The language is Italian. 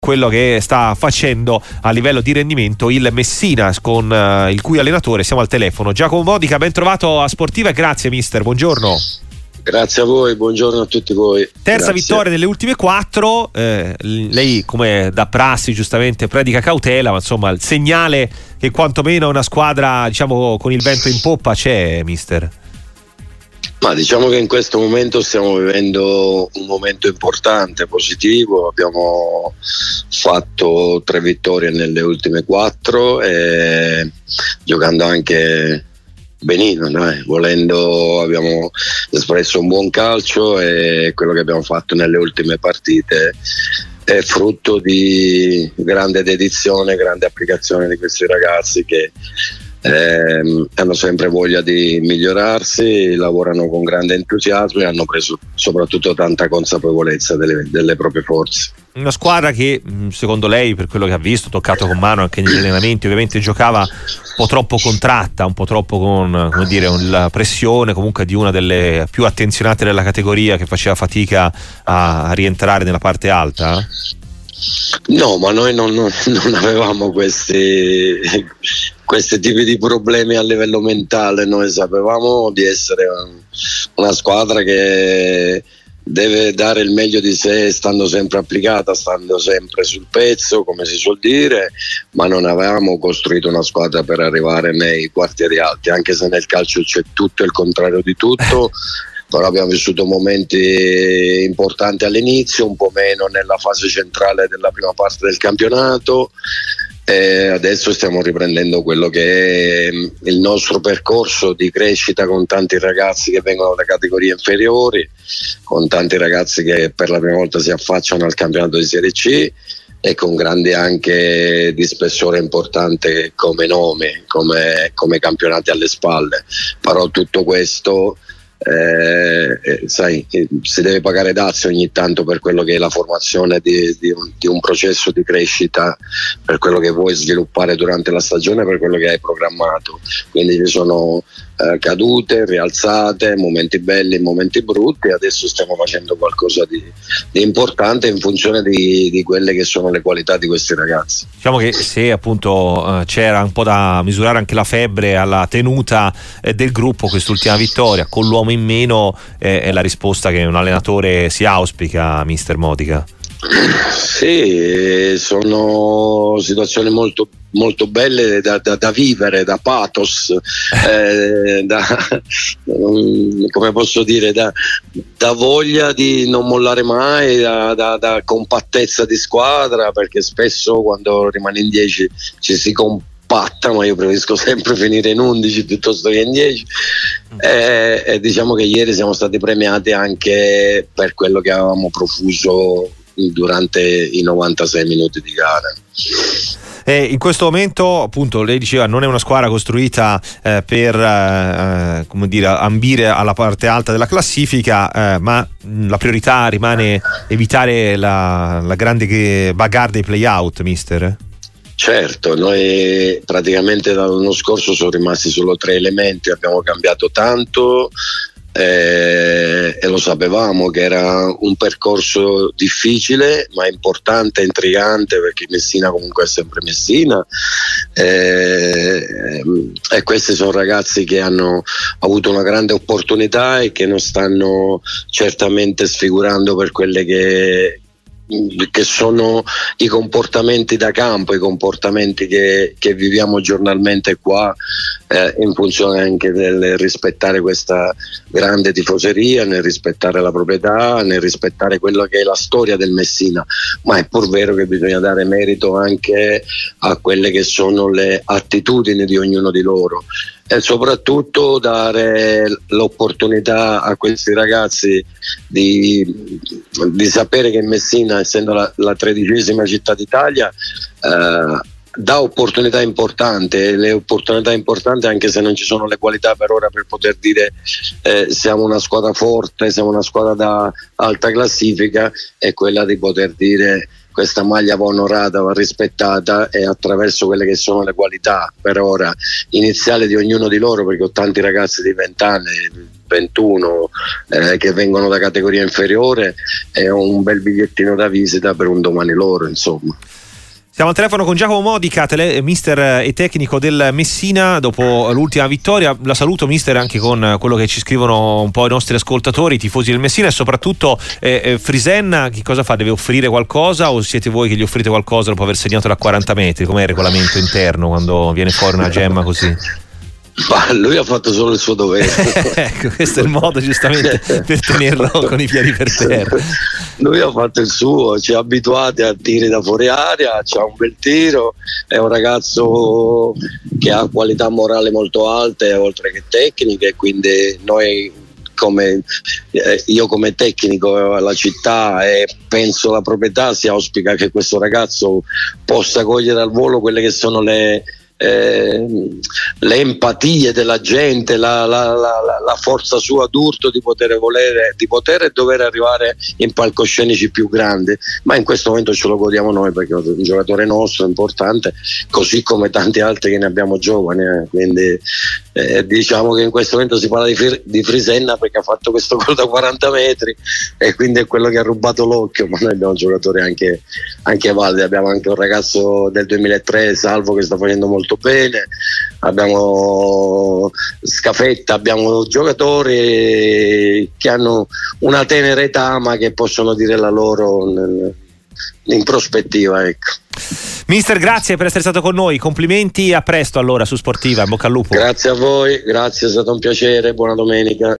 quello che sta facendo a livello di rendimento il Messina, con il cui allenatore siamo al telefono. Giacomo Modica, ben trovato a Sportiva e grazie mister, buongiorno. Grazie a voi, buongiorno a tutti voi. Terza Grazie. vittoria nelle ultime 4, lei come da prassi giustamente predica cautela, ma insomma il segnale che quantomeno una squadra, diciamo, con il vento in poppa c'è, mister. Ma diciamo che in questo momento stiamo vivendo un momento importante, positivo. Abbiamo fatto 3 vittorie nelle ultime 4 e giocando anche benino, dai. Volendo abbiamo espresso un buon calcio e quello che abbiamo fatto nelle ultime partite è frutto di grande dedizione, grande applicazione di questi ragazzi che hanno sempre voglia di migliorarsi, lavorano con grande entusiasmo e hanno preso soprattutto tanta consapevolezza delle proprie forze. Una squadra che secondo lei, per quello che ha visto, toccato con mano anche negli allenamenti, ovviamente giocava un po' troppo contratta, un po' troppo con, come dire, la pressione comunque di una delle più attenzionate della categoria, che faceva fatica a rientrare nella parte alta? No, ma noi non avevamo questi tipi di problemi a livello mentale. Noi sapevamo di essere una squadra che deve dare il meglio di sé, stando sempre applicata, stando sempre sul pezzo, come si suol dire, ma non avevamo costruito una squadra per arrivare nei quartieri alti, anche se nel calcio c'è tutto il contrario di tutto. Però abbiamo vissuto momenti importanti all'inizio, un po' meno nella fase centrale della prima parte del campionato, e adesso stiamo riprendendo quello che è il nostro percorso di crescita, con tanti ragazzi che vengono da categorie inferiori, con tanti ragazzi che per la prima volta si affacciano al campionato di Serie C e con grandi anche di spessore importante come nome, come campionati alle spalle. Però tutto questo sai, si deve pagare dazio ogni tanto per quello che è la formazione di un processo di crescita, per quello che vuoi sviluppare durante la stagione, per quello che hai programmato. Quindi ci sono cadute, rialzate, momenti belli, momenti brutti. Adesso stiamo facendo qualcosa di importante in funzione di quelle che sono le qualità di questi ragazzi. Diciamo che se appunto c'era un po' da misurare anche la febbre alla tenuta del gruppo, quest'ultima vittoria con l'uomo in meno è la risposta che un allenatore si auspica, mister Modica. Sì, sono situazioni molto molto belle da vivere, da pathos, come posso dire, da voglia di non mollare mai, da compattezza di squadra, perché spesso quando rimani in 10 ci si compatta, ma io preferisco sempre finire in 11 piuttosto che in 10. E diciamo che ieri siamo stati premiati anche per quello che avevamo profuso durante i 96 minuti di gara. In questo momento, appunto, lei diceva non è una squadra costruita per come dire, ambire alla parte alta della classifica, ma la priorità rimane evitare la grande bagarre dei play-out, mister? Certo, noi praticamente dall'anno scorso sono rimasti solo 3 elementi, abbiamo cambiato tanto e lo sapevamo che era un percorso difficile ma importante, intrigante, perché Messina comunque è sempre Messina, e questi sono ragazzi che hanno avuto una grande opportunità e che non stanno certamente sfigurando per quelle che sono i comportamenti da campo, i comportamenti che viviamo giornalmente qua, in funzione anche del rispettare questa grande tifoseria, nel rispettare la proprietà, nel rispettare quello che è la storia del Messina. Ma è pur vero che bisogna dare merito anche a quelle che sono le attitudini di ognuno di loro, e soprattutto dare l'opportunità a questi ragazzi di sapere che Messina, essendo la 13ª città d'Italia, dà opportunità importanti, le opportunità importanti, anche se non ci sono le qualità per ora per poter dire siamo una squadra forte, siamo una squadra da alta classifica, è quella di poter dire questa maglia va onorata, va rispettata, e attraverso quelle che sono le qualità per ora iniziali di ognuno di loro, perché ho tanti ragazzi di 20 anni, 21 che vengono da categoria inferiore, e ho un bel bigliettino da visita per un domani loro, insomma. Siamo al telefono con Giacomo Modica, mister e tecnico del Messina, dopo l'ultima vittoria. La saluto, mister, anche con quello che ci scrivono un po' i nostri ascoltatori, i tifosi del Messina, e soprattutto Frisenna che cosa fa? Deve offrire qualcosa, o siete voi che gli offrite qualcosa dopo aver segnato da 40 metri? Com'è il regolamento interno quando viene fuori una gemma così? Ma lui ha fatto solo il suo dovere. Ecco, questo è il modo giustamente per tenerlo con i piedi per terra. Lui ha fatto il suo, ci ha abituati a tiri da fuori area, c'ha un bel tiro, è un ragazzo che ha qualità morali molto alte oltre che tecniche, quindi noi io come tecnico alla città e penso la proprietà si auspica che questo ragazzo possa cogliere al volo quelle che sono le empatie della gente, la forza sua d'urto di poter e dover arrivare in palcoscenici più grandi, ma in questo momento ce lo godiamo noi perché è un giocatore nostro importante, così come tanti altri che ne abbiamo giovani, quindi diciamo che in questo momento si parla di Frisenna perché ha fatto questo gol da 40 metri e quindi è quello che ha rubato l'occhio, ma noi abbiamo giocatori anche validi, abbiamo anche un ragazzo del 2003, Salvo, che sta facendo molto bene, abbiamo Scafetta, abbiamo giocatori che hanno una tenera età ma che possono dire la loro in prospettiva, ecco. Mister, grazie per essere stato con noi, complimenti, a presto allora su Sportiva, in bocca al lupo. Grazie a voi, grazie, è stato un piacere, buona domenica.